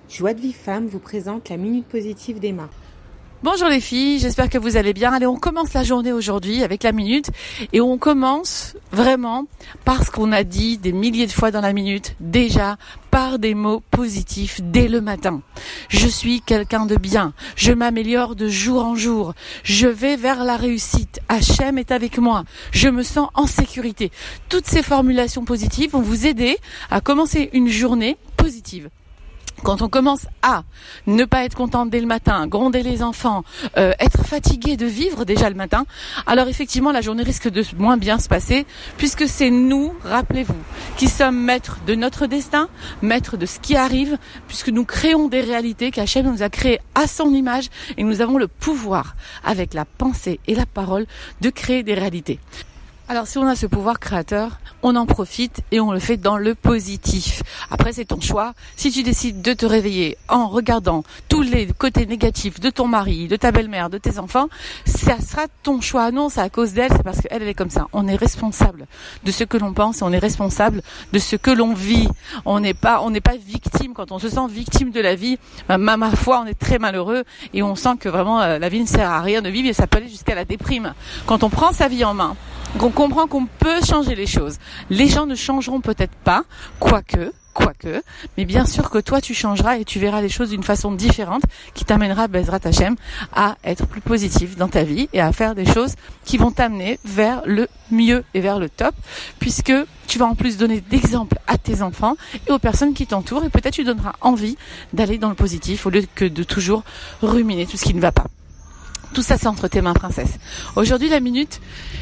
Joie de Vie Femme vous présente la Minute Positive d'Emma. Bonjour les filles, j'espère que vous allez bien. Allez, on commence la journée aujourd'hui avec la minute et on commence vraiment par ce qu'on a dit des milliers de fois dans la minute, déjà par des mots positifs dès le matin. Je suis quelqu'un de bien, je m'améliore de jour en jour, je vais vers la réussite, Hachem est avec moi, je me sens en sécurité. Toutes ces formulations positives vont vous aider à commencer une journée positive. Quand on commence à ne pas être contente dès le matin, gronder les enfants, être fatigué de vivre déjà le matin, alors effectivement la journée risque de moins bien se passer, puisque c'est nous, rappelez-vous, qui sommes maîtres de notre destin, maîtres de ce qui arrive, puisque nous créons des réalités qu'Hachem nous a créées à son image, et nous avons le pouvoir, avec la pensée et la parole, de créer des réalités. Alors si on a ce pouvoir créateur, on en profite et on le fait dans le positif. Après c'est ton choix. Si tu décides de te réveiller en regardant tous les côtés négatifs de ton mari, de ta belle-mère, de tes enfants, ça sera ton choix. Non, c'est à cause d'elle, c'est parce qu'elle est comme ça. On est responsable de ce que l'on pense, on est responsable de ce que l'on vit. On n'est pas victime. Quand on se sent victime de la vie, ma foi, on est très malheureux et on sent que vraiment la vie ne sert à rien de vivre et ça peut aller jusqu'à la déprime. Quand on prend sa vie en main, qu'on comprend qu'on peut changer les choses. Les gens ne changeront peut-être pas, quoique, mais bien sûr que toi tu changeras et tu verras les choses d'une façon différente qui t'amènera, Bezrat Hachem, à être plus positif dans ta vie et à faire des choses qui vont t'amener vers le mieux et vers le top, puisque tu vas en plus donner d'exemples à tes enfants et aux personnes qui t'entourent et peut-être tu donneras envie d'aller dans le positif au lieu que de toujours ruminer tout ce qui ne va pas. Tout ça c'est entre tes mains, princesse. Aujourd'hui la minute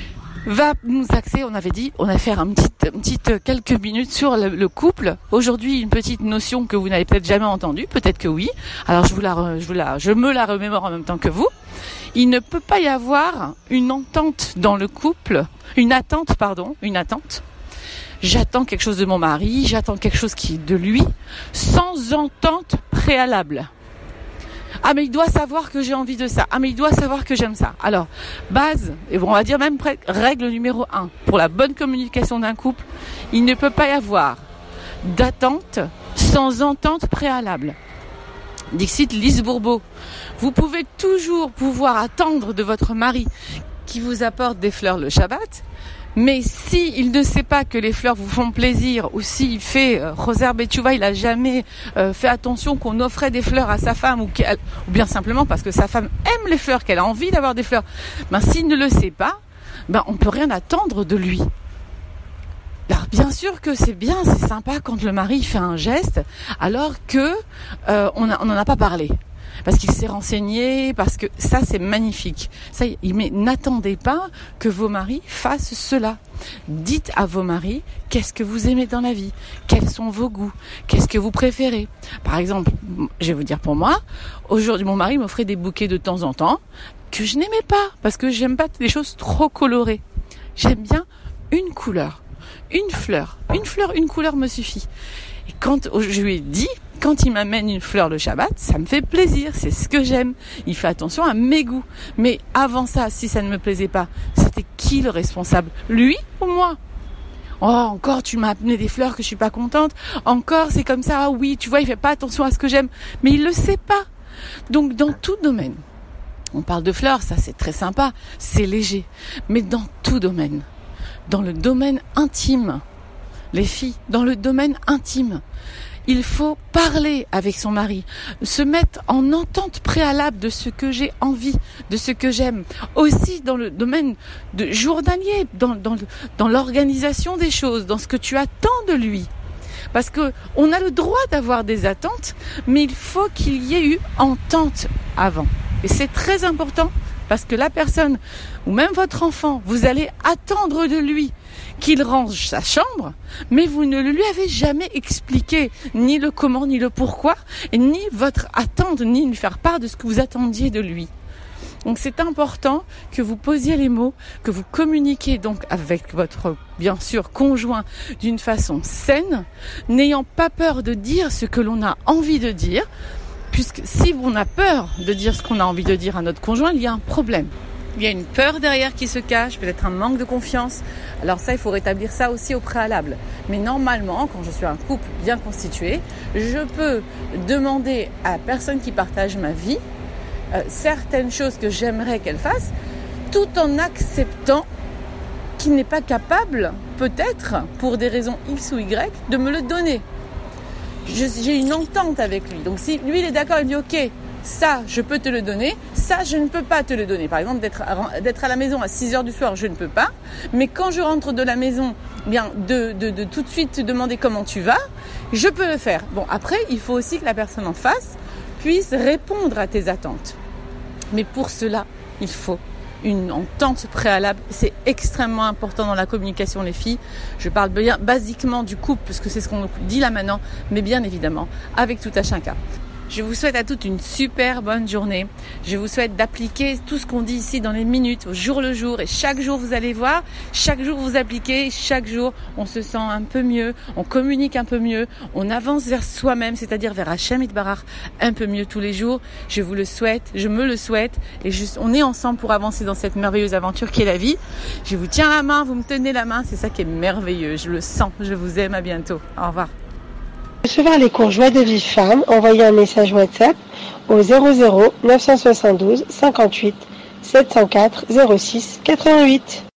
va nous axer, on avait dit, on va faire un petit quelques minutes sur le couple. Aujourd'hui, une petite notion que vous n'avez peut-être jamais entendue, peut-être que oui. Alors je me la remémore en même temps que vous. Il ne peut pas y avoir une attente dans le couple, une attente. J'attends quelque chose de mon mari, j'attends quelque chose qui est de lui, sans entente préalable. Ah mais il doit savoir que j'ai envie de ça. Ah mais il doit savoir que j'aime ça. Alors, base, et on va dire même règle numéro 1, pour la bonne communication d'un couple, il ne peut pas y avoir d'attente sans entente préalable. Dixit Lise Bourbeau. Vous pouvez toujours attendre de votre mari qui vous apporte des fleurs le Shabbat, mais si il ne sait pas que les fleurs vous font plaisir, ou s'il fait Roser Betchouva, il a jamais fait attention qu'on offrait des fleurs à sa femme, ou bien simplement parce que sa femme aime les fleurs, qu'elle a envie d'avoir des fleurs, s'il ne le sait pas, on peut rien attendre de lui. Alors bien sûr que c'est bien, c'est sympa quand le mari fait un geste, alors que on n'en a pas parlé. Parce qu'il s'est renseigné, parce que ça c'est magnifique. Mais n'attendez pas que vos maris fassent cela. Dites à vos maris qu'est-ce que vous aimez dans la vie, quels sont vos goûts, qu'est-ce que vous préférez. Par exemple, je vais vous dire pour moi, aujourd'hui mon mari m'offrait des bouquets de temps en temps que je n'aimais pas, parce que j'aime pas des choses trop colorées. J'aime bien une couleur, une fleur, une couleur me suffit. Et quand je lui ai dit, quand il m'amène une fleur le Shabbat, ça me fait plaisir, c'est ce que j'aime. Il fait attention à mes goûts. Mais avant ça, si ça ne me plaisait pas, c'était qui le responsable? Lui ou moi? Oh, encore tu m'as amené des fleurs que je suis pas contente. Encore c'est comme ça, ah oui, tu vois, il fait pas attention à ce que j'aime. Mais il le sait pas. Donc dans tout domaine, on parle de fleurs, ça c'est très sympa, c'est léger. Mais dans tout domaine, dans le domaine intime, les filles, dans le domaine intime, il faut parler avec son mari, se mettre en entente préalable de ce que j'ai envie, de ce que j'aime. Aussi dans le domaine de journalier, dans l'organisation des choses, dans ce que tu attends de lui. Parce que on a le droit d'avoir des attentes, mais il faut qu'il y ait eu entente avant. Et c'est très important parce que la personne, ou même votre enfant, vous allez attendre de lui qu'il range sa chambre, mais vous ne lui avez jamais expliqué ni le comment, ni le pourquoi, et ni votre attente, ni lui faire part de ce que vous attendiez de lui. Donc c'est important que vous posiez les mots, que vous communiquiez donc avec votre, bien sûr, conjoint d'une façon saine, n'ayant pas peur de dire ce que l'on a envie de dire, puisque si on a peur de dire ce qu'on a envie de dire à notre conjoint, il y a un problème. Il y a une peur derrière qui se cache, peut-être un manque de confiance. Alors ça, il faut rétablir ça aussi au préalable. Mais normalement, quand je suis un couple bien constitué, je peux demander à la personne qui partage ma vie certaines choses que j'aimerais qu'elle fasse, tout en acceptant qu'il n'est pas capable, peut-être, pour des raisons X ou Y, de me le donner. J'ai une entente avec lui. Donc si lui il est d'accord, il me dit ok, ça je peux te le donner, ça je ne peux pas te le donner. Par exemple, d'être à la maison à 6h du soir, je ne peux pas. Mais quand je rentre de la maison, bien de tout de suite te demander comment tu vas, je peux le faire. Bon, après, il faut aussi que la personne en face puisse répondre à tes attentes. Mais pour cela, il faut une entente préalable. C'est extrêmement important dans la communication, les filles. Je parle bien basiquement du couple, parce que c'est ce qu'on dit là maintenant, mais bien évidemment, avec tout à chacun. Je vous souhaite à toutes une super bonne journée. Je vous souhaite d'appliquer tout ce qu'on dit ici dans les minutes, au jour le jour. Et chaque jour, vous allez voir, chaque jour, vous appliquez. Chaque jour, on se sent un peu mieux, on communique un peu mieux, on avance vers soi-même, c'est-à-dire vers Hachem Yitbarach, un peu mieux tous les jours. Je vous le souhaite, je me le souhaite. Et on est ensemble pour avancer dans cette merveilleuse aventure qui est la vie. Je vous tiens la main, vous me tenez la main. C'est ça qui est merveilleux. Je le sens. Je vous aime. À bientôt. Au revoir. Recevoir les cours Joie de Vie Femme, envoyez un message WhatsApp au 00 972 58 704 06 88.